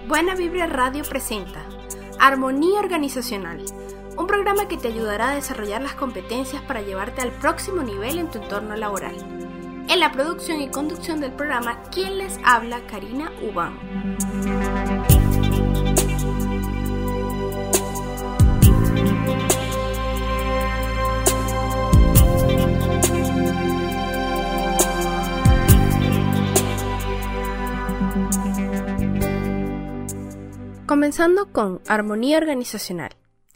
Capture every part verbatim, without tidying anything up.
Buena Vibra Radio presenta Armonía Organizacional, un programa que te ayudará a desarrollar las competencias para llevarte al próximo nivel en tu entorno laboral. En la producción y conducción del programa, quien les habla, Karina Ubán. Comenzando con armonía organizacional.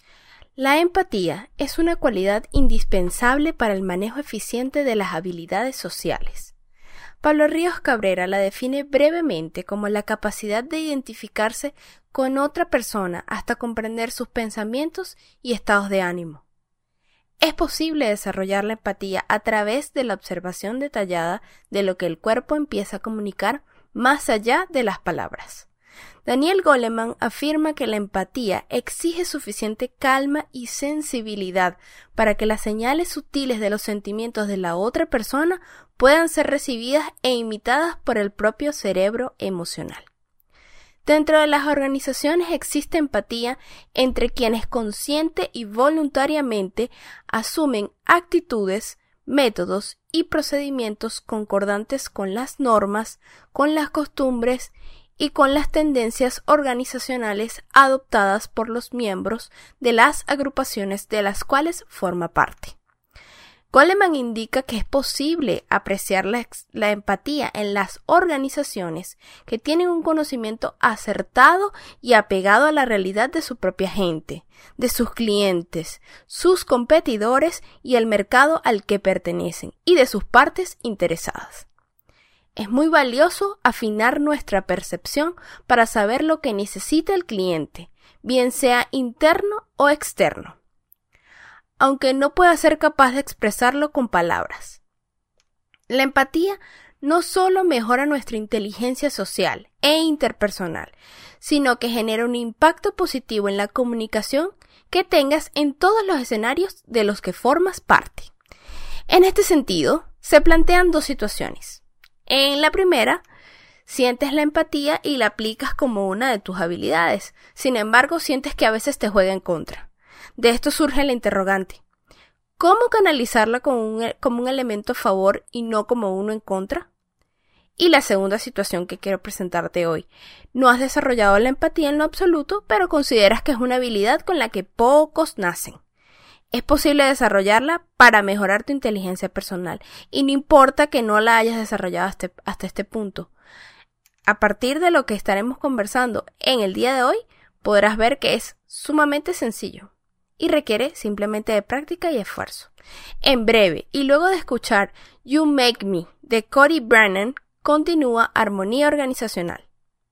La empatía es una cualidad indispensable para el manejo eficiente de las habilidades sociales. Pablo Ríos Cabrera la define brevemente como la capacidad de identificarse con otra persona hasta comprender sus pensamientos y estados de ánimo. Es posible desarrollar la empatía a través de la observación detallada de lo que el cuerpo empieza a comunicar más allá de las palabras. Daniel Goleman afirma que la empatía exige suficiente calma y sensibilidad para que las señales sutiles de los sentimientos de la otra persona puedan ser recibidas e imitadas por el propio cerebro emocional. Dentro de las organizaciones existe empatía entre quienes consciente y voluntariamente asumen actitudes, métodos y procedimientos concordantes con las normas, con las costumbres y con las tendencias organizacionales adoptadas por los miembros de las agrupaciones de las cuales forma parte. Goleman indica que es posible apreciar la, la empatía en las organizaciones que tienen un conocimiento acertado y apegado a la realidad de su propia gente, de sus clientes, sus competidores y el mercado al que pertenecen, y de sus partes interesadas. Es muy valioso afinar nuestra percepción para saber lo que necesita el cliente, bien sea interno o externo, aunque no pueda ser capaz de expresarlo con palabras. La empatía no solo mejora nuestra inteligencia social e interpersonal, sino que genera un impacto positivo en la comunicación que tengas en todos los escenarios de los que formas parte. En este sentido, se plantean dos situaciones. En la primera, sientes la empatía y la aplicas como una de tus habilidades. Sin embargo, sientes que a veces te juega en contra. De esto surge la interrogante. ¿Cómo canalizarla como un, como un elemento a favor y no como uno en contra? Y la segunda situación que quiero presentarte hoy. No has desarrollado la empatía en lo absoluto, pero consideras que es una habilidad con la que pocos nacen. Es posible desarrollarla para mejorar tu inteligencia personal, y no importa que no la hayas desarrollado hasta, hasta este punto. A partir de lo que estaremos conversando en el día de hoy, podrás ver que es sumamente sencillo y requiere simplemente de práctica y esfuerzo. En breve, y luego de escuchar You Make Me de Cody Brennan, continúa Armonía Organizacional.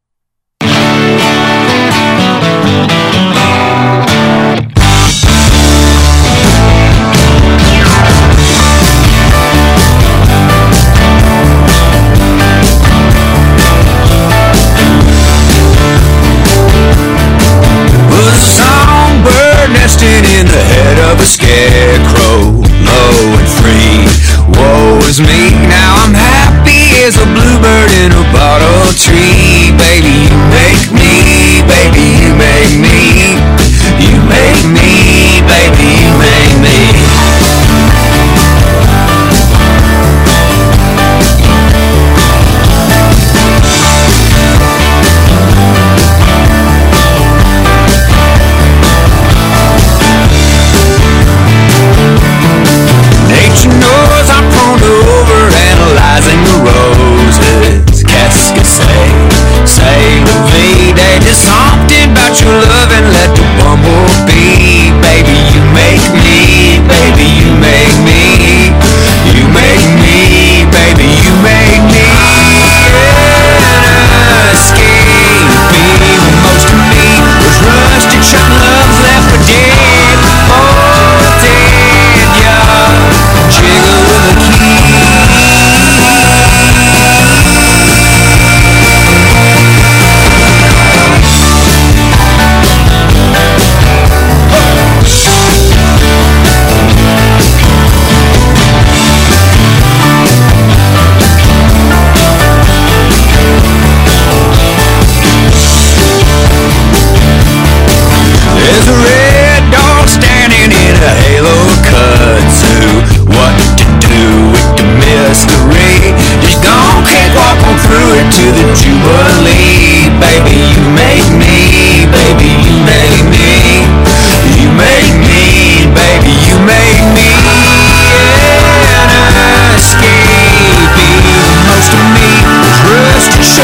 Nested in the head of a scarecrow, low and free. Woe is me, now I'm happy as a bluebird in a bottle tree. Baby, you make me, baby, you make me. You make me, baby, you make me.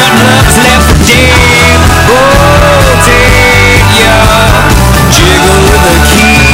got nothing left for dead. Oh, take ya, jiggle with the key.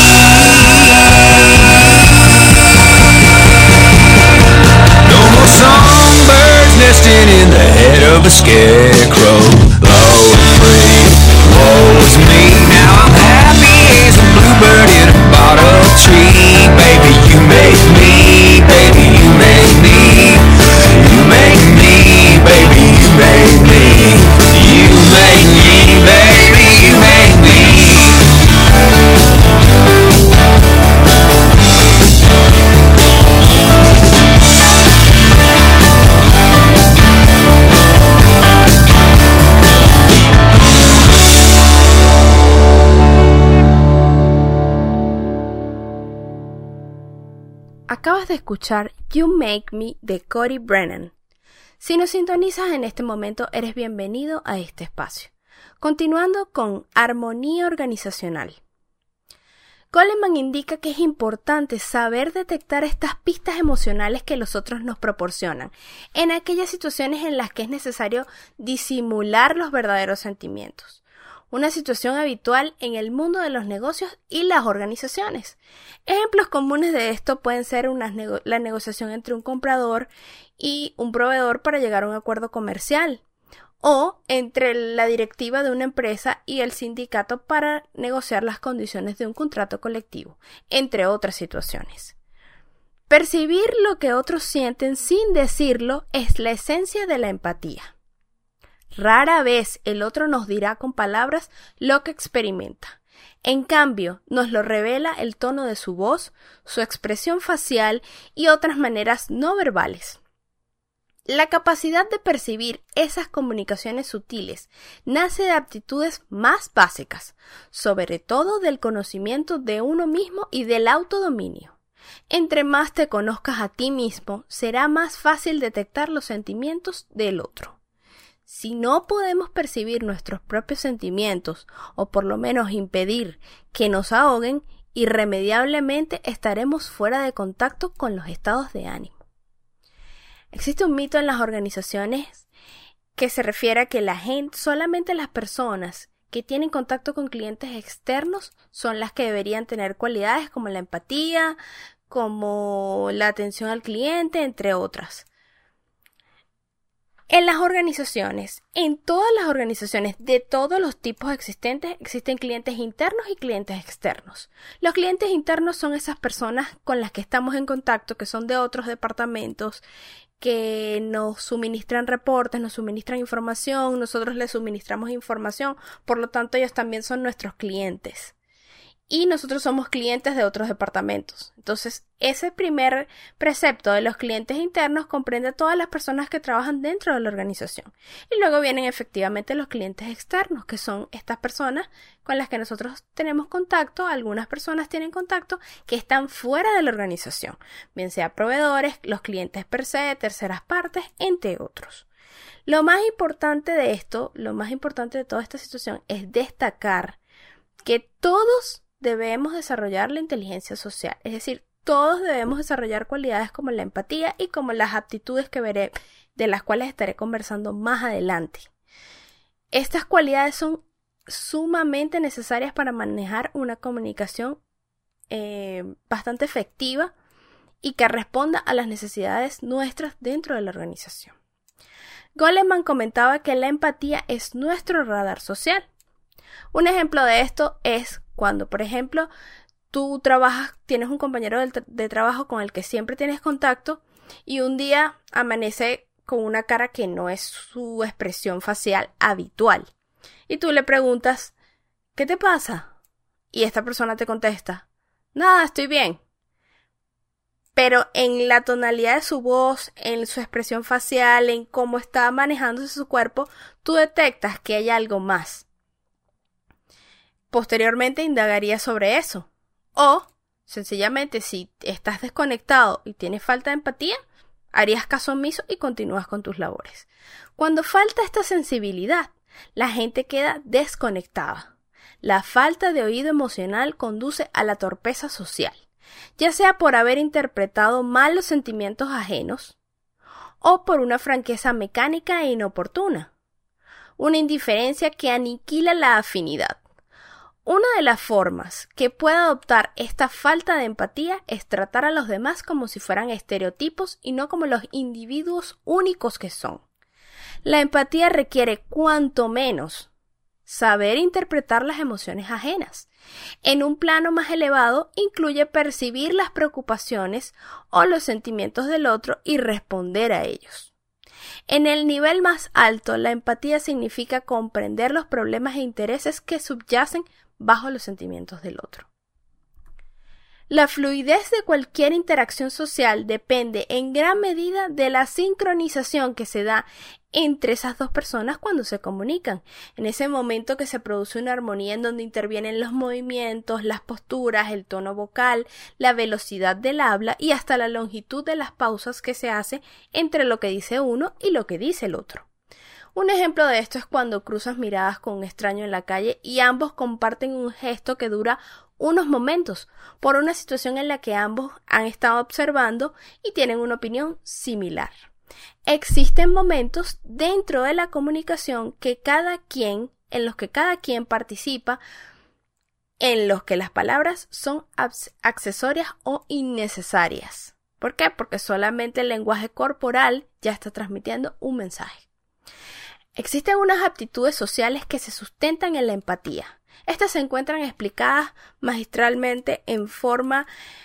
No more songbirds nesting in the head of a scarecrow. Low and free, woe is me. Now I'm happy as a bluebird in a bottle tree. Baby, you make me, baby, you make me. You make me, baby, you make me. You make me, baby, you make me. Acabas de escuchar You Make Me de Cory Brennan. Si nos sintonizas en este momento, eres bienvenido a este espacio. Continuando con armonía organizacional. Goleman indica que es importante saber detectar estas pistas emocionales que los otros nos proporcionan en aquellas situaciones en las que es necesario disimular los verdaderos sentimientos. Una situación habitual en el mundo de los negocios y las organizaciones. Ejemplos comunes de esto pueden ser una nego- la negociación entre un comprador y un proveedor para llegar a un acuerdo comercial, o entre la directiva de una empresa y el sindicato para negociar las condiciones de un contrato colectivo, entre otras situaciones. Percibir lo que otros sienten sin decirlo es la esencia de la empatía. Rara vez el otro nos dirá con palabras lo que experimenta. En cambio, nos lo revela el tono de su voz, su expresión facial y otras maneras no verbales. La capacidad de percibir esas comunicaciones sutiles nace de aptitudes más básicas, sobre todo del conocimiento de uno mismo y del autodominio. Entre más te conozcas a ti mismo, será más fácil detectar los sentimientos del otro. Si no podemos percibir nuestros propios sentimientos, o por lo menos impedir que nos ahoguen, irremediablemente estaremos fuera de contacto con los estados de ánimo. Existe un mito en las organizaciones que se refiere a que la gente, solamente las personas que tienen contacto con clientes externos son las que deberían tener cualidades como la empatía, como la atención al cliente, entre otras. En las organizaciones, en todas las organizaciones de todos los tipos existentes, existen clientes internos y clientes externos. Los clientes internos son esas personas con las que estamos en contacto, que son de otros departamentos, que nos suministran reportes, nos suministran información, nosotros les suministramos información, por lo tanto ellos también son nuestros clientes. Y nosotros somos clientes de otros departamentos. Entonces, ese primer precepto de los clientes internos comprende a todas las personas que trabajan dentro de la organización. Y luego vienen efectivamente los clientes externos, que son estas personas con las que nosotros tenemos contacto. Algunas personas tienen contacto que están fuera de la organización, bien sea proveedores, los clientes per se, terceras partes, entre otros. Lo más importante de esto, lo más importante de toda esta situación es destacar que todos debemos desarrollar la inteligencia social, es decir, todos debemos desarrollar cualidades como la empatía y como las aptitudes que veré, de las cuales estaré conversando más adelante. Estas cualidades son sumamente necesarias para manejar una comunicación eh, bastante efectiva y que responda a las necesidades nuestras dentro de la organización. Goleman comentaba que la empatía es nuestro radar social. Un ejemplo de esto es cuando, por ejemplo, tú trabajas, tienes un compañero de, de trabajo con el que siempre tienes contacto y un día amanece con una cara que no es su expresión facial habitual. Y tú le preguntas, ¿qué te pasa? Y esta persona te contesta, nada, estoy bien. Pero en la tonalidad de su voz, en su expresión facial, en cómo está manejándose su cuerpo, tú detectas que hay algo más. Posteriormente indagarías sobre eso. O, sencillamente, si estás desconectado y tienes falta de empatía, harías caso omiso y continúas con tus labores. Cuando falta esta sensibilidad, la gente queda desconectada. La falta de oído emocional conduce a la torpeza social, ya sea por haber interpretado mal los sentimientos ajenos o por una franqueza mecánica e inoportuna, una indiferencia que aniquila la afinidad. Una de las formas que puede adoptar esta falta de empatía es tratar a los demás como si fueran estereotipos y no como los individuos únicos que son. La empatía requiere cuanto menos saber interpretar las emociones ajenas. En un plano más elevado, incluye percibir las preocupaciones o los sentimientos del otro y responder a ellos. En el nivel más alto, la empatía significa comprender los problemas e intereses que subyacen bajo los sentimientos del otro. La fluidez de cualquier interacción social depende en gran medida de la sincronización que se da entre esas dos personas cuando se comunican. En ese momento que se produce una armonía en donde intervienen los movimientos, las posturas, el tono vocal, la velocidad del habla y hasta la longitud de las pausas que se hace entre lo que dice uno y lo que dice el otro. Un ejemplo de esto es cuando cruzas miradas con un extraño en la calle y ambos comparten un gesto que dura unos momentos por una situación en la que ambos han estado observando y tienen una opinión similar. Existen momentos dentro de la comunicación que cada quien, en los que cada quien participa, en los que las palabras son accesorias o innecesarias. ¿Por qué? Porque solamente el lenguaje corporal ya está transmitiendo un mensaje. Existen unas aptitudes sociales que se sustentan en la empatía. Estas se encuentran explicadas magistralmente en forma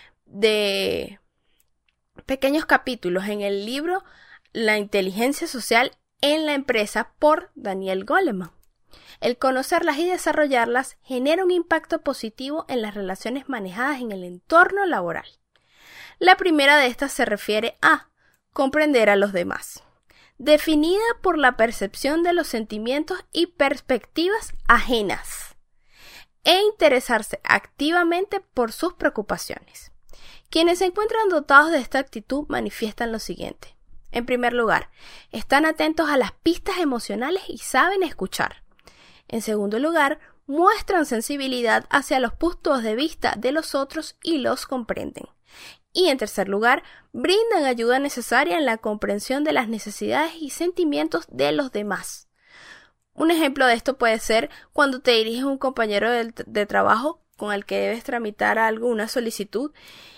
de pequeños capítulos en el libro La inteligencia social en la empresa por Daniel Goleman. El conocerlas y desarrollarlas genera un impacto positivo en las relaciones manejadas en el entorno laboral. La primera de estas se refiere a comprender a los demás, definida por la percepción de los sentimientos y perspectivas ajenas, e interesarse activamente por sus preocupaciones. Quienes se encuentran dotados de esta actitud manifiestan lo siguiente. En primer lugar, están atentos a las pistas emocionales y saben escuchar. En segundo lugar, muestran sensibilidad hacia los puntos de vista de los otros y los comprenden. Y en tercer lugar, brindan ayuda necesaria en la comprensión de las necesidades y sentimientos de los demás. Un ejemplo de esto puede ser cuando te diriges a un compañero de, de trabajo con el que debes tramitar alguna solicitud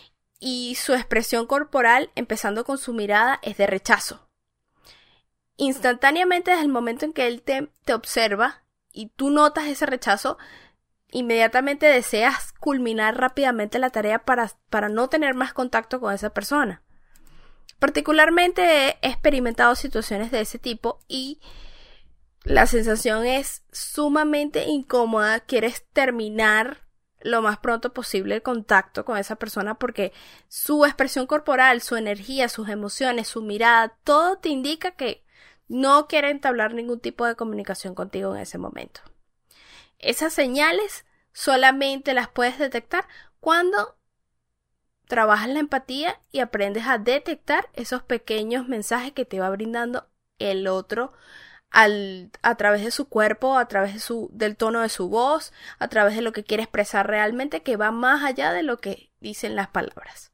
y su expresión corporal, empezando con su mirada, es de rechazo. Instantáneamente, desde el momento en que él te, te observa y tú notas ese rechazo, inmediatamente deseas culminar rápidamente la tarea para, para no tener más contacto con esa persona. Particularmente he experimentado situaciones de ese tipo y la sensación es sumamente incómoda. Quieres terminar lo más pronto posible el contacto con esa persona porque su expresión corporal, su energía, sus emociones, su mirada, todo te indica que no quiere entablar ningún tipo de comunicación contigo en ese momento. Esas señales solamente las puedes detectar cuando trabajas la empatía y aprendes a detectar esos pequeños mensajes que te va brindando el otro al, a través de su cuerpo, a través de su, del tono de su voz, a través de lo que quiere expresar realmente, que va más allá de lo que dicen las palabras.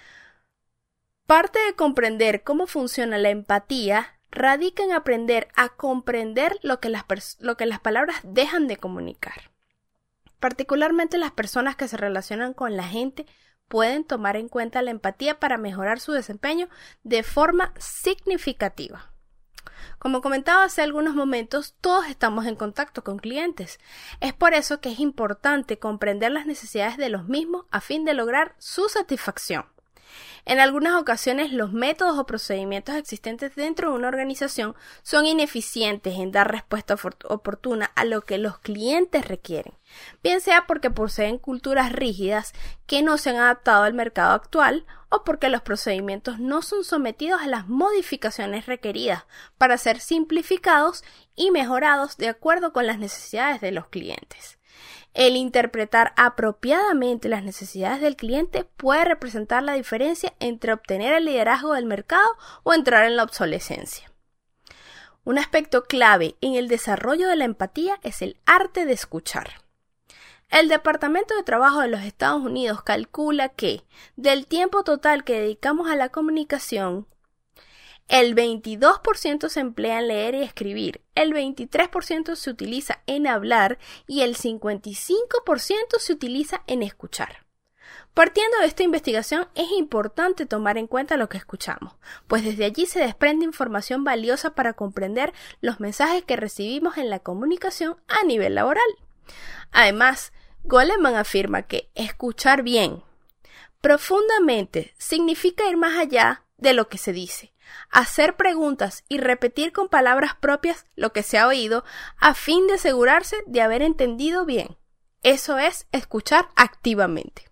Parte de comprender cómo funciona la empatía radica en aprender a comprender lo que las, lo que las palabras dejan de comunicar. Particularmente las personas que se relacionan con la gente pueden tomar en cuenta la empatía para mejorar su desempeño de forma significativa. Como comentaba hace algunos momentos, todos estamos en contacto con clientes. Es por eso que es importante comprender las necesidades de los mismos a fin de lograr su satisfacción. En algunas ocasiones, los métodos o procedimientos existentes dentro de una organización son ineficientes en dar respuesta oportuna a lo que los clientes requieren, bien sea porque poseen culturas rígidas que no se han adaptado al mercado actual o porque los procedimientos no son sometidos a las modificaciones requeridas para ser simplificados y mejorados de acuerdo con las necesidades de los clientes. El interpretar apropiadamente las necesidades del cliente puede representar la diferencia entre obtener el liderazgo del mercado o entrar en la obsolescencia. Un aspecto clave en el desarrollo de la empatía es el arte de escuchar. El Departamento de Trabajo de los Estados Unidos calcula que, del tiempo total que dedicamos a la comunicación, El veintidós por ciento se emplea en leer y escribir, el veintitrés por ciento se utiliza en hablar y el cincuenta y cinco por ciento se utiliza en escuchar. Partiendo de esta investigación, es importante tomar en cuenta lo que escuchamos, pues desde allí se desprende información valiosa para comprender los mensajes que recibimos en la comunicación a nivel laboral. Además, Goleman afirma que escuchar bien, profundamente, significa ir más allá de lo que se dice, hacer preguntas y repetir con palabras propias lo que se ha oído a fin de asegurarse de haber entendido bien. Eso es escuchar activamente.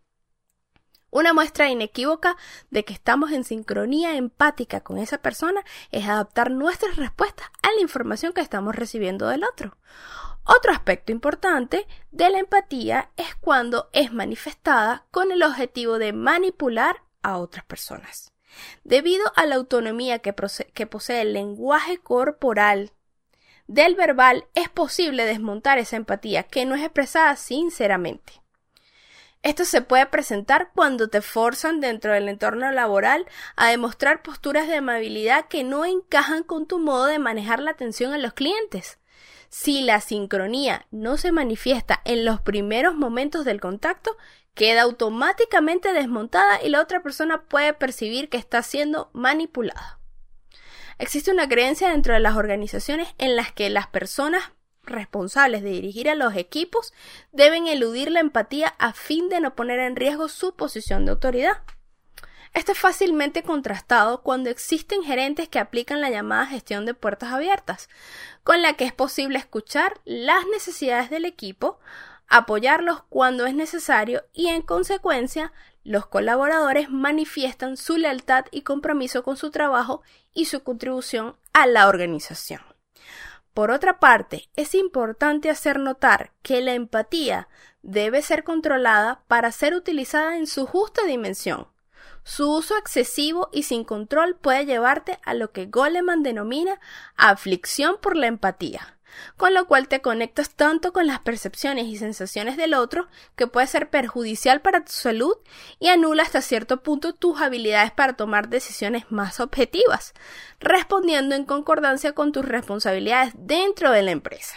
Una muestra inequívoca de que estamos en sincronía empática con esa persona es adaptar nuestras respuestas a la información que estamos recibiendo del otro. Otro aspecto importante de la empatía es cuando es manifestada con el objetivo de manipular a otras personas. Debido a la autonomía que, que posee el lenguaje corporal del verbal, es posible desmontar esa empatía que no es expresada sinceramente. Esto se puede presentar cuando te forzan dentro del entorno laboral a demostrar posturas de amabilidad que no encajan con tu modo de manejar la atención a los clientes. Si la sincronía no se manifiesta en los primeros momentos del contacto, queda automáticamente desmontada y la otra persona puede percibir que está siendo manipulada. Existe una creencia dentro de las organizaciones en las que las personas responsables de dirigir a los equipos deben eludir la empatía a fin de no poner en riesgo su posición de autoridad. Esto es fácilmente contrastado cuando existen gerentes que aplican la llamada gestión de puertas abiertas, con la que es posible escuchar las necesidades del equipo, apoyarlos cuando es necesario y, en consecuencia, los colaboradores manifiestan su lealtad y compromiso con su trabajo y su contribución a la organización. Por otra parte, es importante hacer notar que la empatía debe ser controlada para ser utilizada en su justa dimensión. Su uso excesivo y sin control puede llevarte a lo que Goleman denomina aflicción por la empatía, con lo cual te conectas tanto con las percepciones y sensaciones del otro que puede ser perjudicial para tu salud y anula hasta cierto punto tus habilidades para tomar decisiones más objetivas, respondiendo en concordancia con tus responsabilidades dentro de la empresa.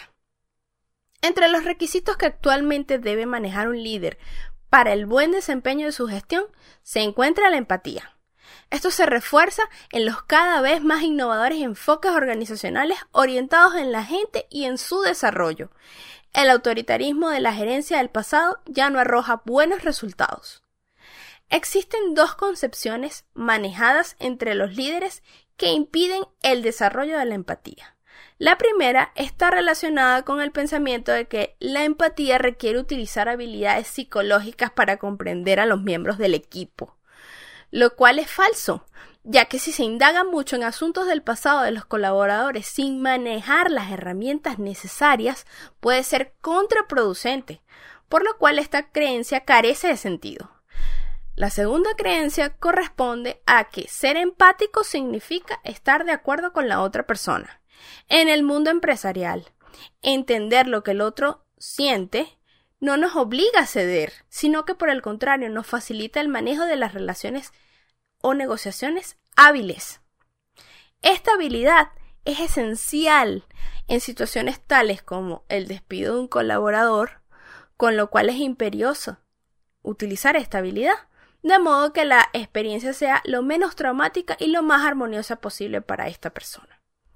Entre los requisitos que actualmente debe manejar un líder para el buen desempeño de su gestión se encuentra la empatía. Esto se refuerza en los cada vez más innovadores enfoques organizacionales orientados en la gente y en su desarrollo. El autoritarismo de la gerencia del pasado ya no arroja buenos resultados. Existen dos concepciones manejadas entre los líderes que impiden el desarrollo de la empatía. La primera está relacionada con el pensamiento de que la empatía requiere utilizar habilidades psicológicas para comprender a los miembros del equipo, lo cual es falso, ya que si se indaga mucho en asuntos del pasado de los colaboradores sin manejar las herramientas necesarias, puede ser contraproducente, por lo cual esta creencia carece de sentido. La segunda creencia corresponde a que ser empático significa estar de acuerdo con la otra persona. En el mundo empresarial, entender lo que el otro siente no nos obliga a ceder, sino que por el contrario nos facilita el manejo de las relaciones o negociaciones hábiles. Esta habilidad es esencial en situaciones tales como el despido de un colaborador, con lo cual es imperioso utilizar esta habilidad, de modo que la experiencia sea lo menos traumática y lo más armoniosa posible para esta persona.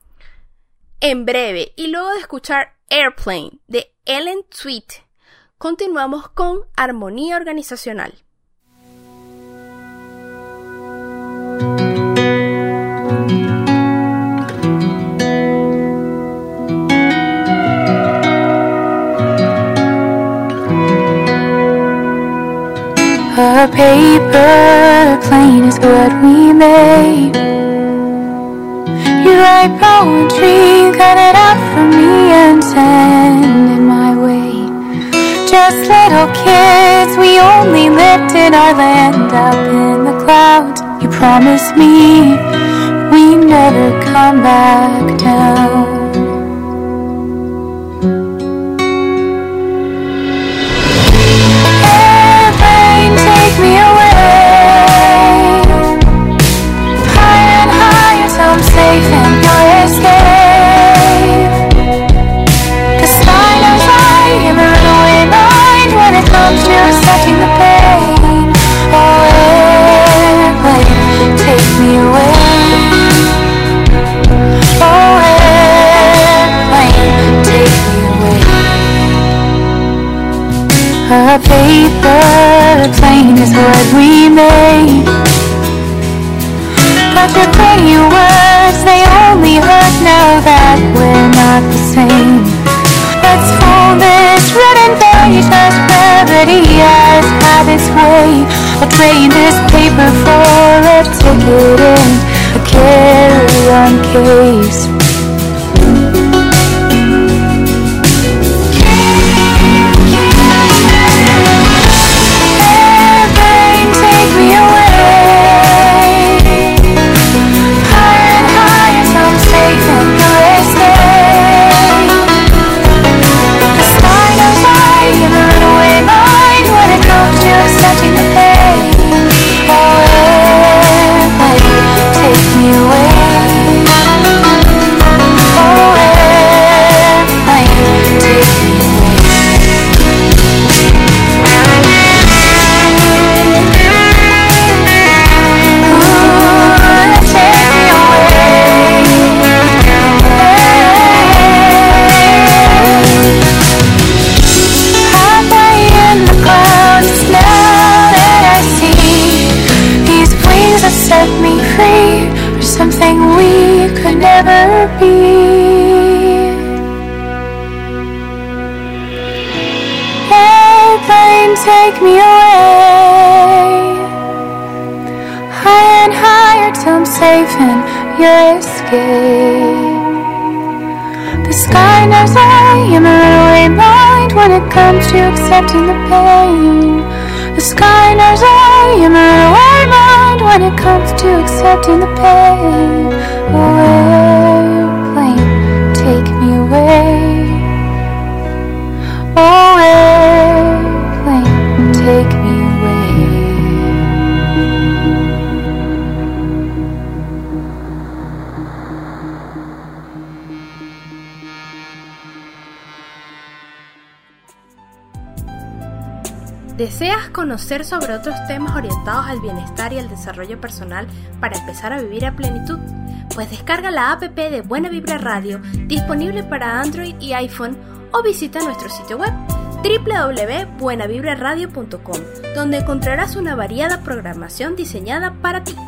En breve, y luego de escuchar Airplane de Ellen Sweet, continuamos con armonía organizacional. A paper plane is what we made. You write poetry, cut it out for me and send it my way. Just little kids, we only lived in our land up in the clouds. You promised me we never come back down. Airplane, take me away, higher and higher, some say. A paper plane is what we made. But your pretty words, they only hurt now that we're not the same. Let's fold this written page as gravity has had its way. I'll trade this paper for a ticket in a carry-on case. Airplane, take me away, higher and higher, some safe and good stay. The sky knows I am a runaway mind when it comes to accepting the pain. Oh, airplane, take me away. Oh, airplane, take me away. Ooh, take me away. Halfway in the clouds, it's now that I see these wings that set me free for something we could never be. Airplane, take me away, higher and higher till I'm safe in your escape. The sky knows I am a runaway mind when it comes to accepting the pain. The sky knows I am a runaway mind when it comes to accepting the pain. Oh, airplane, take me away. Oh, airplane, take me away. ¿Deseas conocer sobre otros temas orientados al bienestar y al desarrollo personal para empezar a vivir a plenitud? Pues descarga la app de Buena Vibra Radio, disponible para Android y iPhone, o visita nuestro sitio web doble u doble u doble u punto buena vibra radio punto com, donde encontrarás una variada programación diseñada para ti.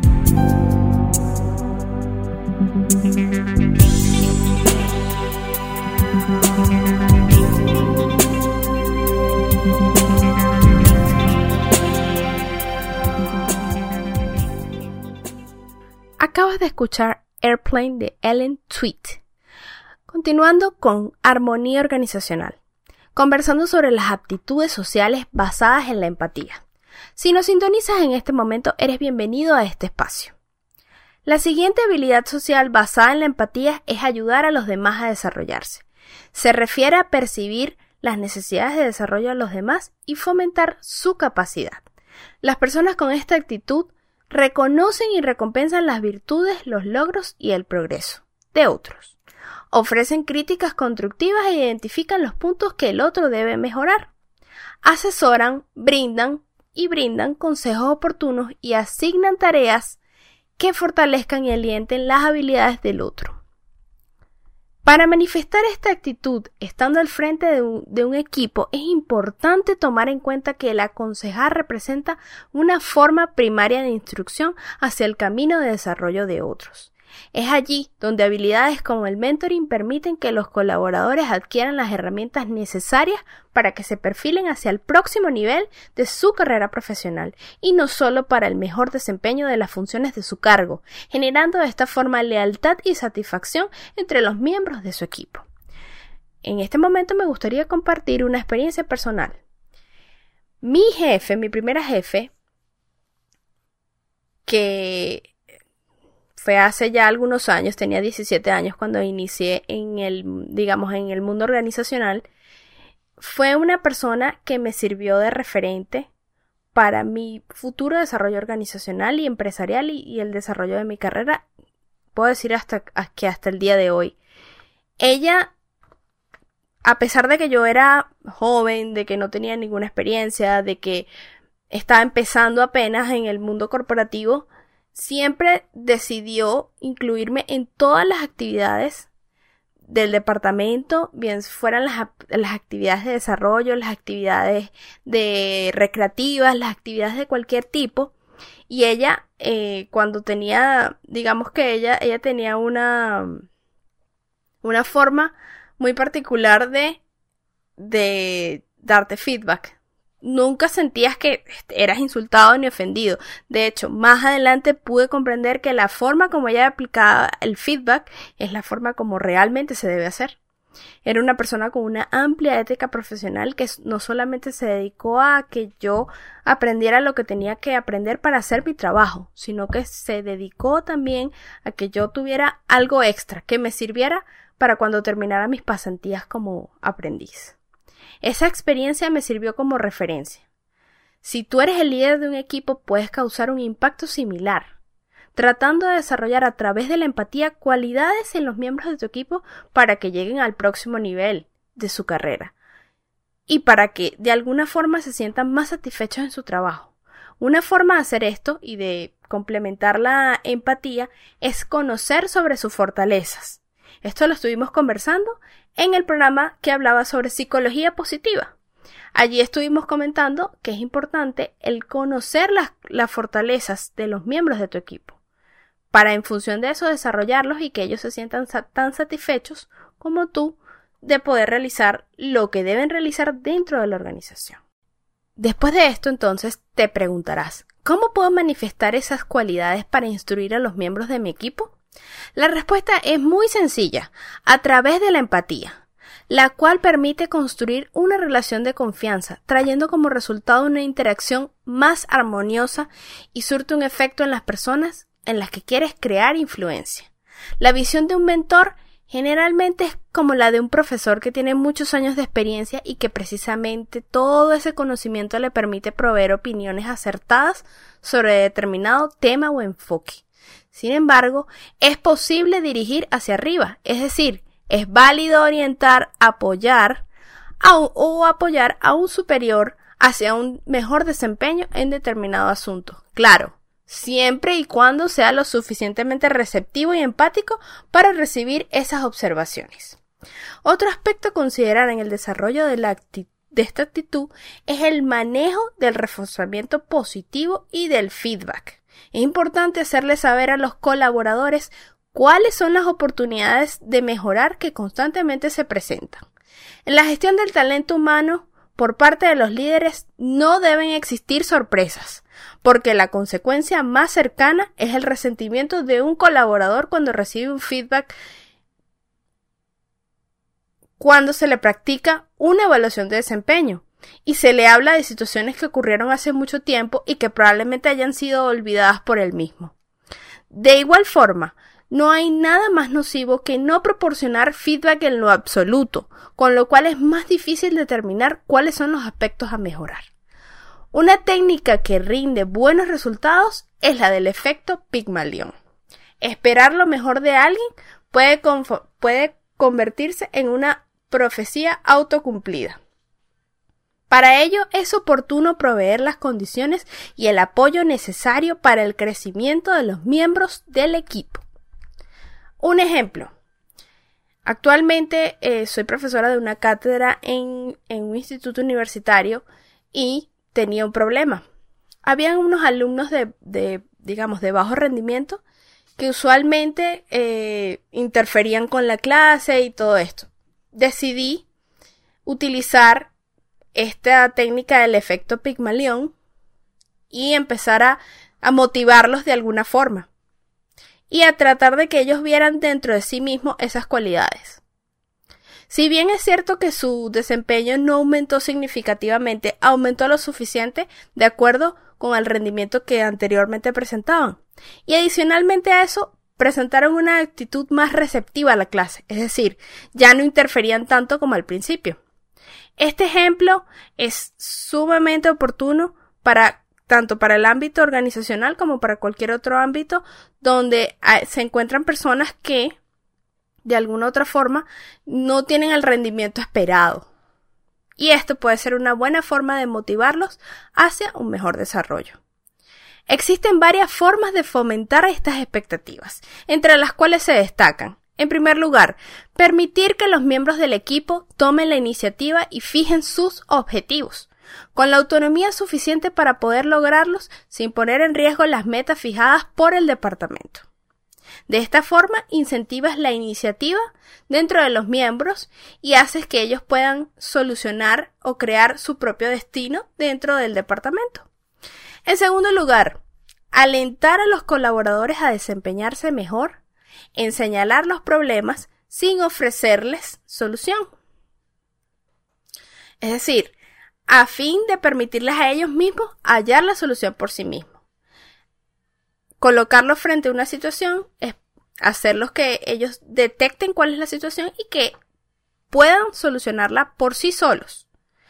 Acabas de escuchar Airplane de Ellen Sweet. Continuando con armonía organizacional, conversando sobre las aptitudes sociales basadas en la empatía. Si nos sintonizas en este momento, eres bienvenido a este espacio. La siguiente habilidad social basada en la empatía es ayudar a los demás a desarrollarse. Se refiere a percibir las necesidades de desarrollo de los demás y fomentar su capacidad. Las personas con esta actitud reconocen y recompensan las virtudes, los logros y el progreso de otros. Ofrecen críticas constructivas e identifican los puntos que el otro debe mejorar. Asesoran, brindan y brindan consejos oportunos y asignan tareas que fortalezcan y alienten las habilidades del otro. Para manifestar esta actitud, estando al frente de un, de un equipo, es importante tomar en cuenta que el aconsejar representa una forma primaria de instrucción hacia el camino de desarrollo de otros. Es allí donde habilidades como el mentoring permiten que los colaboradores adquieran las herramientas necesarias para que se perfilen hacia el próximo nivel de su carrera profesional y no solo para el mejor desempeño de las funciones de su cargo, generando de esta forma lealtad y satisfacción entre los miembros de su equipo. En este momento me gustaría compartir una experiencia personal. Mi jefe, mi primera jefe, que fue hace ya algunos años, tenía diecisiete años cuando inicié en el, digamos, en el mundo organizacional, fue una persona que me sirvió de referente para mi futuro desarrollo organizacional y empresarial y, y el desarrollo de mi carrera, puedo decir hasta que hasta el día de hoy. Ella, a pesar de que yo era joven, de que no tenía ninguna experiencia, de que estaba empezando apenas en el mundo corporativo, siempre decidió incluirme en todas las actividades del departamento, bien fueran las, las actividades de desarrollo, las actividades de recreativas, las actividades de cualquier tipo. Y ella, eh, cuando tenía, digamos que ella, ella tenía una, una forma muy particular de, de darte feedback. Nunca sentías que eras insultado ni ofendido. De hecho, más adelante pude comprender que la forma como ella aplicaba el feedback es la forma como realmente se debe hacer. Era una persona con una amplia ética profesional que no solamente se dedicó a que yo aprendiera lo que tenía que aprender para hacer mi trabajo, sino que se dedicó también a que yo tuviera algo extra que me sirviera para cuando terminara mis pasantías como aprendiz. Esa experiencia me sirvió como referencia. Si tú eres el líder de un equipo, puedes causar un impacto similar, tratando de desarrollar a través de la empatía cualidades en los miembros de tu equipo para que lleguen al próximo nivel de su carrera y para que de alguna forma se sientan más satisfechos en su trabajo. Una forma de hacer esto y de complementar la empatía es conocer sobre sus fortalezas. Esto lo estuvimos conversando en el programa que hablaba sobre psicología positiva. Allí estuvimos comentando que es importante el conocer las, las fortalezas de los miembros de tu equipo, para en función de eso desarrollarlos y que ellos se sientan sa- tan satisfechos como tú de poder realizar lo que deben realizar dentro de la organización. Después de esto, entonces, te preguntarás, ¿cómo puedo manifestar esas cualidades para instruir a los miembros de mi equipo? La respuesta es muy sencilla, a través de la empatía, la cual permite construir una relación de confianza, trayendo como resultado una interacción más armoniosa y surte un efecto en las personas en las que quieres crear influencia. La visión de un mentor generalmente es como la de un profesor que tiene muchos años de experiencia y que precisamente todo ese conocimiento le permite proveer opiniones acertadas sobre determinado tema o enfoque. Sin embargo, es posible dirigir hacia arriba, es decir, es válido orientar, apoyar a un, o apoyar a un superior hacia un mejor desempeño en determinado asunto. Claro, siempre y cuando sea lo suficientemente receptivo y empático para recibir esas observaciones. Otro aspecto a considerar en el desarrollo de, la acti- de esta actitud es el manejo del reforzamiento positivo y del feedback. Es importante hacerle saber a los colaboradores cuáles son las oportunidades de mejorar que constantemente se presentan. En la gestión del talento humano, por parte de los líderes, no deben existir sorpresas, porque la consecuencia más cercana es el resentimiento de un colaborador cuando recibe un feedback cuando se le practica una evaluación de desempeño y se le habla de situaciones que ocurrieron hace mucho tiempo y que probablemente hayan sido olvidadas por él mismo. De igual forma, no hay nada más nocivo que no proporcionar feedback en lo absoluto, con lo cual es más difícil determinar cuáles son los aspectos a mejorar. Una técnica que rinde buenos resultados es la del efecto Pigmalión. Esperar lo mejor de alguien puede, confo- puede convertirse en una profecía autocumplida. Para ello es oportuno proveer las condiciones y el apoyo necesario para el crecimiento de los miembros del equipo. Un ejemplo. Actualmente eh, soy profesora de una cátedra en, en un instituto universitario y tenía un problema. Habían unos alumnos de, de digamos, de bajo rendimiento que usualmente eh, interferían con la clase y todo esto. Decidí utilizar esta técnica del efecto Pigmalión y empezar a, a motivarlos de alguna forma y a tratar de que ellos vieran dentro de sí mismos esas cualidades. Si bien es cierto que su desempeño no aumentó significativamente, aumentó lo suficiente de acuerdo con el rendimiento que anteriormente presentaban. Y adicionalmente a eso, presentaron una actitud más receptiva a la clase, es decir, ya no interferían tanto como al principio. Este ejemplo es sumamente oportuno para tanto para el ámbito organizacional como para cualquier otro ámbito donde se encuentran personas que de alguna otra forma no tienen el rendimiento esperado. Y esto puede ser una buena forma de motivarlos hacia un mejor desarrollo. Existen varias formas de fomentar estas expectativas, entre las cuales se destacan En primer lugar, permitir que los miembros del equipo tomen la iniciativa y fijen sus objetivos, con la autonomía suficiente para poder lograrlos sin poner en riesgo las metas fijadas por el departamento. De esta forma, incentivas la iniciativa dentro de los miembros y haces que ellos puedan solucionar o crear su propio destino dentro del departamento. En segundo lugar, alentar a los colaboradores a desempeñarse mejor en señalar los problemas sin ofrecerles solución. Es decir, a fin de permitirles a ellos mismos hallar la solución por sí mismos. Colocarlos frente a una situación es hacerlos que ellos detecten cuál es la situación y que puedan solucionarla por sí solos.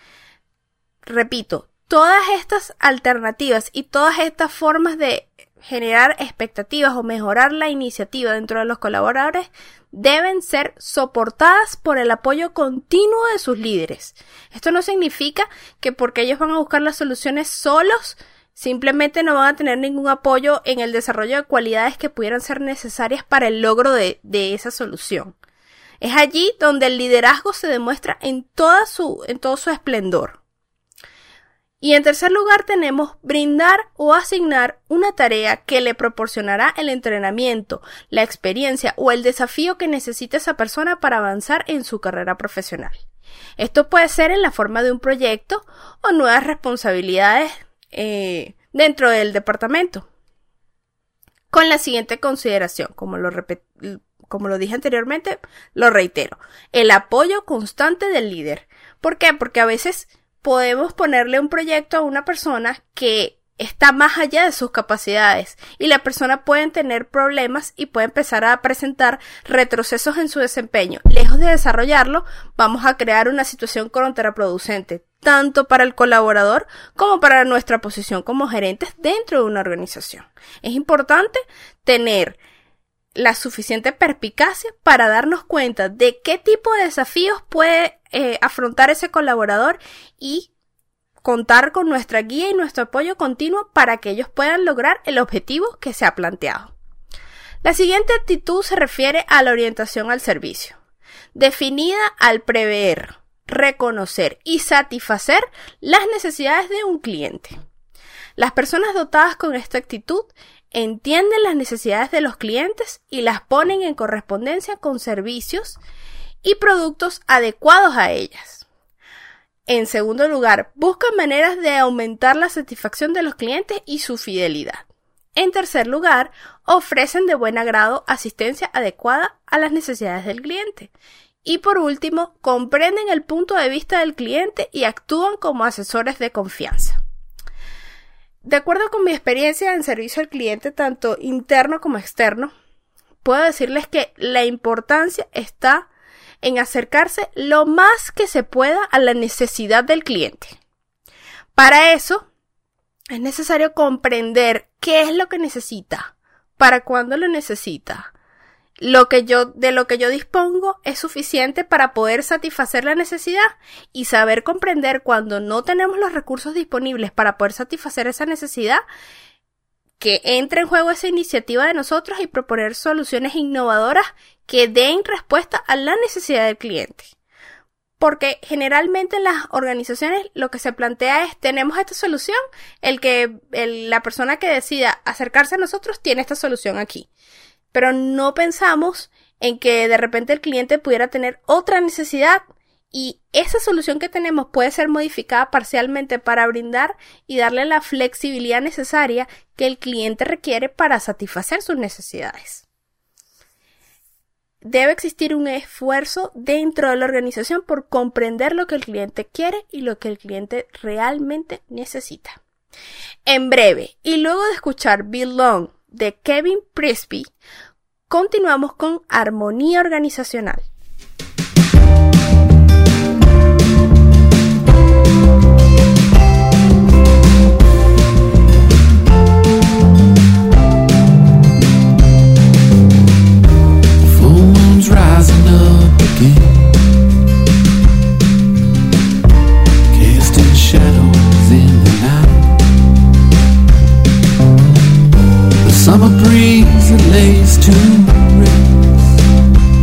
Repito, todas estas alternativas y todas estas formas de generar expectativas o mejorar la iniciativa dentro de los colaboradores deben ser soportadas por el apoyo continuo de sus líderes. Esto no significa que porque ellos van a buscar las soluciones solos, simplemente no van a tener ningún apoyo en el desarrollo de cualidades que pudieran ser necesarias para el logro de, de esa solución. Es allí donde el liderazgo se demuestra en, toda su, en todo su esplendor. Y en tercer lugar tenemos brindar o asignar una tarea que le proporcionará el entrenamiento, la experiencia o el desafío que necesita esa persona para avanzar en su carrera profesional. Esto puede ser en la forma de un proyecto o nuevas responsabilidades eh, dentro del departamento. Con la siguiente consideración, como lo, repet- como lo dije anteriormente, lo reitero, el apoyo constante del líder. ¿Por qué? Porque a veces podemos ponerle un proyecto a una persona que está más allá de sus capacidades y la persona puede tener problemas y puede empezar a presentar retrocesos en su desempeño. Lejos de desarrollarlo, vamos a crear una situación contraproducente, tanto para el colaborador como para nuestra posición como gerentes dentro de una organización. Es importante tener la suficiente perspicacia para darnos cuenta de qué tipo de desafíos puede eh, afrontar ese colaborador y contar con nuestra guía y nuestro apoyo continuo para que ellos puedan lograr el objetivo que se ha planteado. La siguiente actitud se refiere a la orientación al servicio, definida al prever, reconocer y satisfacer las necesidades de un cliente. Las personas dotadas con esta actitud entienden las necesidades de los clientes y las ponen en correspondencia con servicios y productos adecuados a ellas. En segundo lugar, buscan maneras de aumentar la satisfacción de los clientes y su fidelidad. En tercer lugar, ofrecen de buen agrado asistencia adecuada a las necesidades del cliente. Y por último, comprenden el punto de vista del cliente y actúan como asesores de confianza. De acuerdo con mi experiencia en servicio al cliente, tanto interno como externo, puedo decirles que la importancia está en acercarse lo más que se pueda a la necesidad del cliente. Para eso, es necesario comprender qué es lo que necesita, para cuándo lo necesita. Lo que yo, de lo que yo dispongo es suficiente para poder satisfacer la necesidad y saber comprender cuando no tenemos los recursos disponibles para poder satisfacer esa necesidad, que entre en juego esa iniciativa de nosotros y proponer soluciones innovadoras que den respuesta a la necesidad del cliente. Porque generalmente en las organizaciones lo que se plantea es, tenemos esta solución, el que el, la persona que decida acercarse a nosotros tiene esta solución aquí. Pero no pensamos en que de repente el cliente pudiera tener otra necesidad y esa solución que tenemos puede ser modificada parcialmente para brindar y darle la flexibilidad necesaria que el cliente requiere para satisfacer sus necesidades. Debe existir un esfuerzo dentro de la organización por comprender lo que el cliente quiere y lo que el cliente realmente necesita. En breve, y luego de escuchar Belong de Kevin Presby, continuamos con armonía organizacional. Summer breeze that lays to rest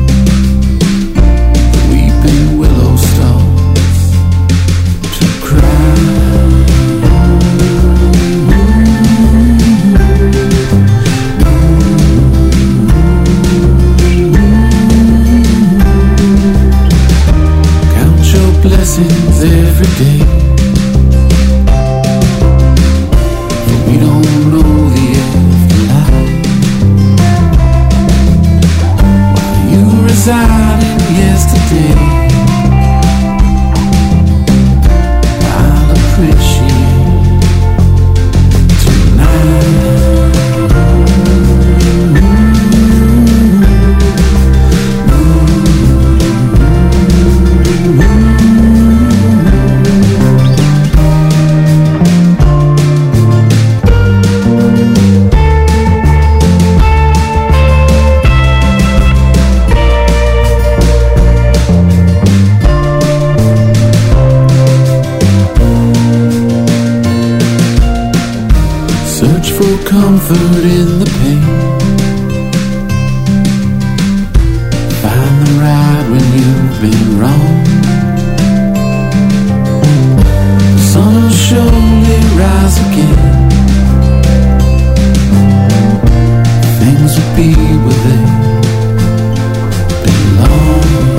blessings every day, but we don't know the afterlife. While you reside in yesterday, I'll appreciate tonight. Comfort in the pain, find the right when you've been wrong. The sun will surely rise again, things will be where they belong.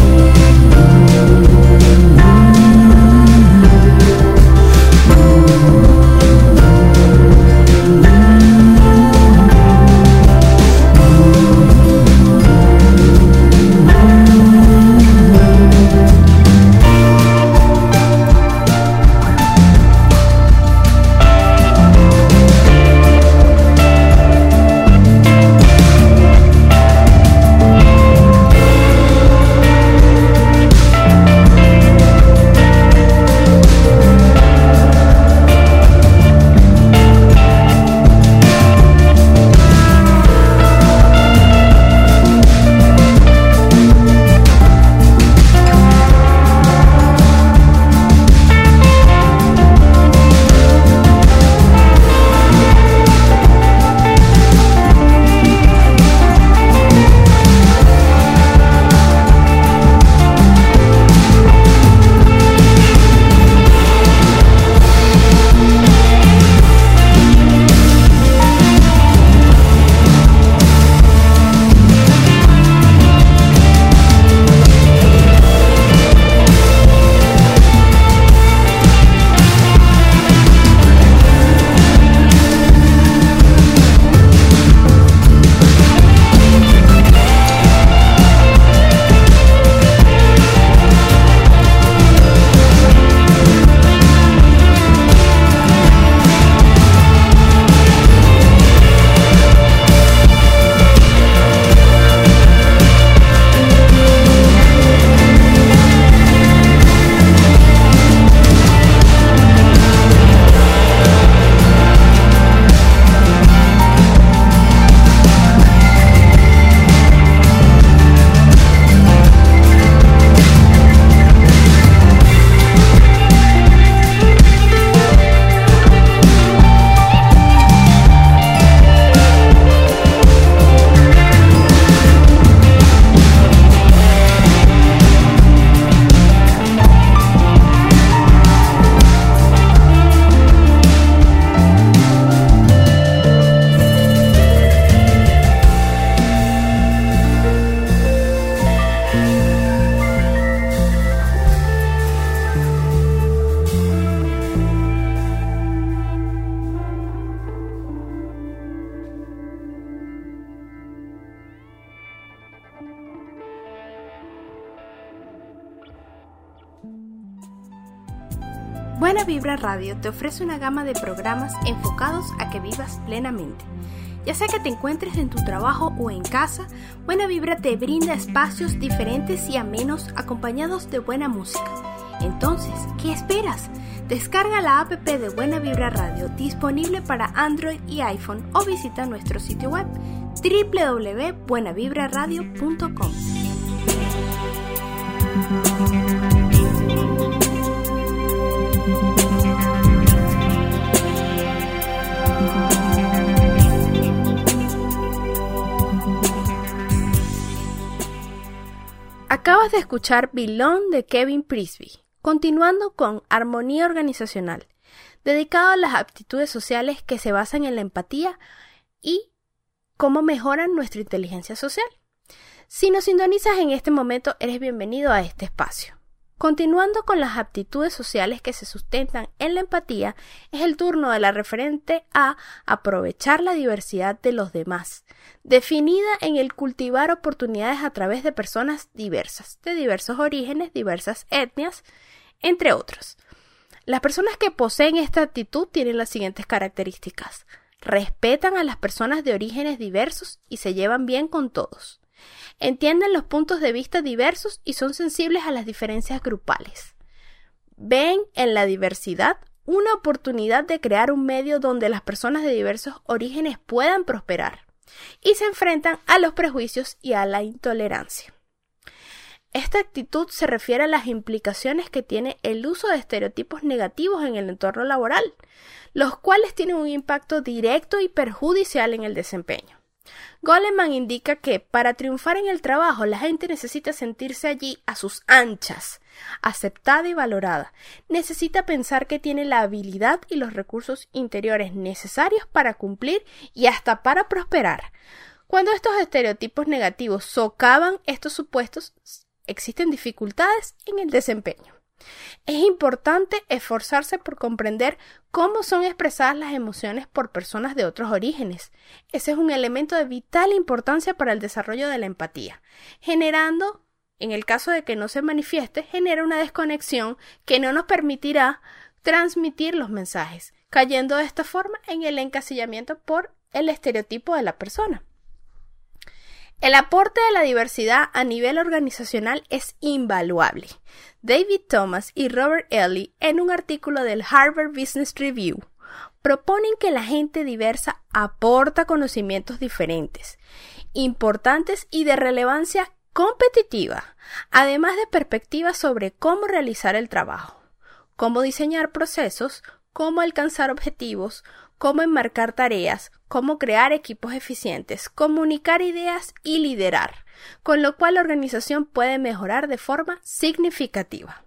Buena Vibra Radio te ofrece una gama de programas enfocados a que vivas plenamente. Ya sea que te encuentres en tu trabajo o en casa, Buena Vibra te brinda espacios diferentes y amenos acompañados de buena música. Entonces, ¿qué esperas? Descarga la app de Buena Vibra Radio disponible para Android y iPhone o visita nuestro sitio web doble u doble u doble u punto buena vibra radio punto com. Acabas de escuchar Belong de Kevin Prisby, continuando con Armonía Organizacional, dedicado a las aptitudes sociales que se basan en la empatía y cómo mejoran nuestra inteligencia social. Si nos sintonizas en este momento, eres bienvenido a este espacio. Continuando con las aptitudes sociales que se sustentan en la empatía, es el turno de la referente a aprovechar la diversidad de los demás, definida en el cultivar oportunidades a través de personas diversas, de diversos orígenes, diversas etnias, entre otros. Las personas que poseen esta actitud tienen las siguientes características: respetan a las personas de orígenes diversos y se llevan bien con todos. Entienden los puntos de vista diversos y son sensibles a las diferencias grupales. Ven en la diversidad una oportunidad de crear un medio donde las personas de diversos orígenes puedan prosperar y se enfrentan a los prejuicios y a la intolerancia. Esta actitud se refiere a las implicaciones que tiene el uso de estereotipos negativos en el entorno laboral, los cuales tienen un impacto directo y perjudicial en el desempeño. Goleman indica que para triunfar en el trabajo la gente necesita sentirse allí a sus anchas, aceptada y valorada. Necesita pensar que tiene la habilidad y los recursos interiores necesarios para cumplir y hasta para prosperar. Cuando estos estereotipos negativos socavan estos supuestos, existen dificultades en el desempeño. Es importante esforzarse por comprender cómo son expresadas las emociones por personas de otros orígenes. Ese es un elemento de vital importancia para el desarrollo de la empatía, generando, en el caso de que no se manifieste, genera una desconexión que no nos permitirá transmitir los mensajes, cayendo de esta forma en el encasillamiento por el estereotipo de la persona. El aporte de la diversidad a nivel organizacional es invaluable. David Thomas y Robert Ely, en un artículo del Harvard Business Review, proponen que la gente diversa aporta conocimientos diferentes, importantes y de relevancia competitiva, además de perspectivas sobre cómo realizar el trabajo, cómo diseñar procesos, cómo alcanzar objetivos, cómo enmarcar tareas, cómo crear equipos eficientes, comunicar ideas y liderar, con lo cual la organización puede mejorar de forma significativa.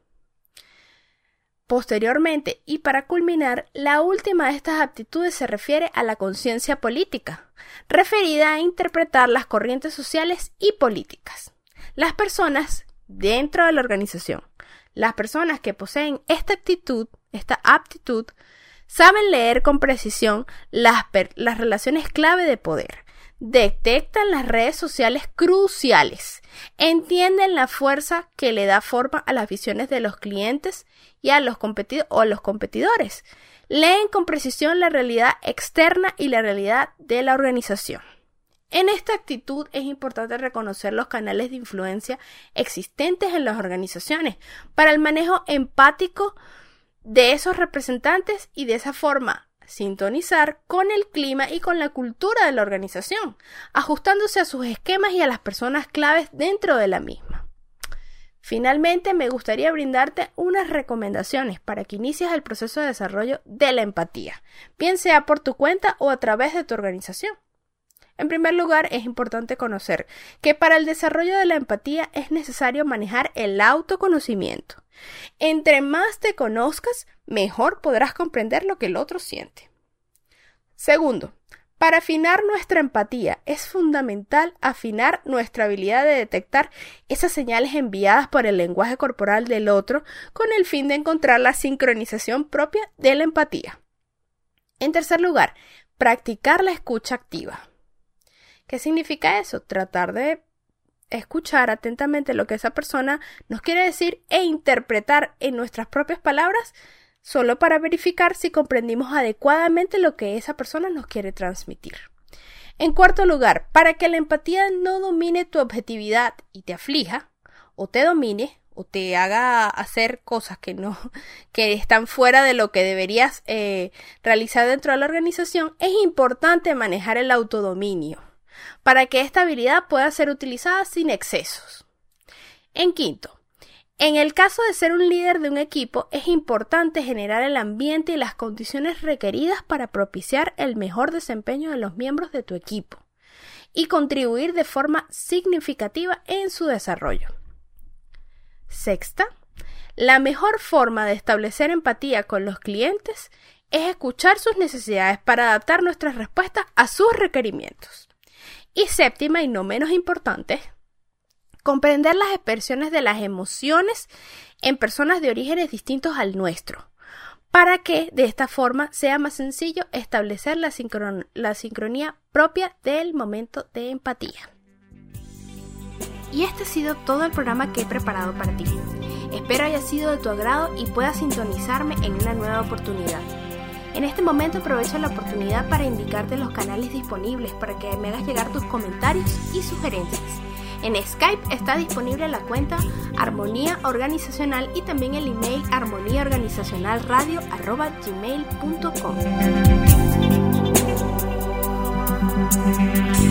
Posteriormente, y para culminar, la última de estas aptitudes se refiere a la conciencia política, referida a interpretar las corrientes sociales y políticas. Las personas dentro de la organización, las personas que poseen esta actitud, esta aptitud, saben leer con precisión las, las relaciones clave de poder, detectan las redes sociales cruciales, entienden la fuerza que le da forma a las visiones de los clientes y a los, competido- o a los competidores, leen con precisión la realidad externa y la realidad de la organización. En esta actitud es importante reconocer los canales de influencia existentes en las organizaciones para el manejo empático de esos representantes y de esa forma sintonizar con el clima y con la cultura de la organización, ajustándose a sus esquemas y a las personas claves dentro de la misma. Finalmente, me gustaría brindarte unas recomendaciones para que inicies el proceso de desarrollo de la empatía, bien sea por tu cuenta o a través de tu organización. En primer lugar, es importante conocer que para el desarrollo de la empatía es necesario manejar el autoconocimiento. Entre más te conozcas, mejor podrás comprender lo que el otro siente. Segundo, para afinar nuestra empatía es fundamental afinar nuestra habilidad de detectar esas señales enviadas por el lenguaje corporal del otro con el fin de encontrar la sincronización propia de la empatía. En tercer lugar, practicar la escucha activa. ¿Qué significa eso? Tratar de escuchar atentamente lo que esa persona nos quiere decir e interpretar en nuestras propias palabras solo para verificar si comprendimos adecuadamente lo que esa persona nos quiere transmitir. En cuarto lugar, para que la empatía no domine tu objetividad y te aflija, o te domine, o te haga hacer cosas que no, que están fuera de lo que deberías eh, realizar dentro de la organización, es importante manejar el autodominio, para que esta habilidad pueda ser utilizada sin excesos. En quinto, en el caso de ser un líder de un equipo, es importante generar el ambiente y las condiciones requeridas para propiciar el mejor desempeño de los miembros de tu equipo y contribuir de forma significativa en su desarrollo. Sexta, la mejor forma de establecer empatía con los clientes es escuchar sus necesidades para adaptar nuestras respuestas a sus requerimientos. Y séptima y no menos importante, comprender las expresiones de las emociones en personas de orígenes distintos al nuestro, para que de esta forma sea más sencillo establecer la, sincron- la sincronía propia del momento de empatía. Y este ha sido todo el programa que he preparado para ti. Espero haya sido de tu agrado y puedas sintonizarme en una nueva oportunidad. En este momento aprovecho la oportunidad para indicarte los canales disponibles para que me hagas llegar tus comentarios y sugerencias. En Skype está disponible la cuenta Armonía Organizacional y también el email armoniaorganizacionalradio arroba gmail punto com.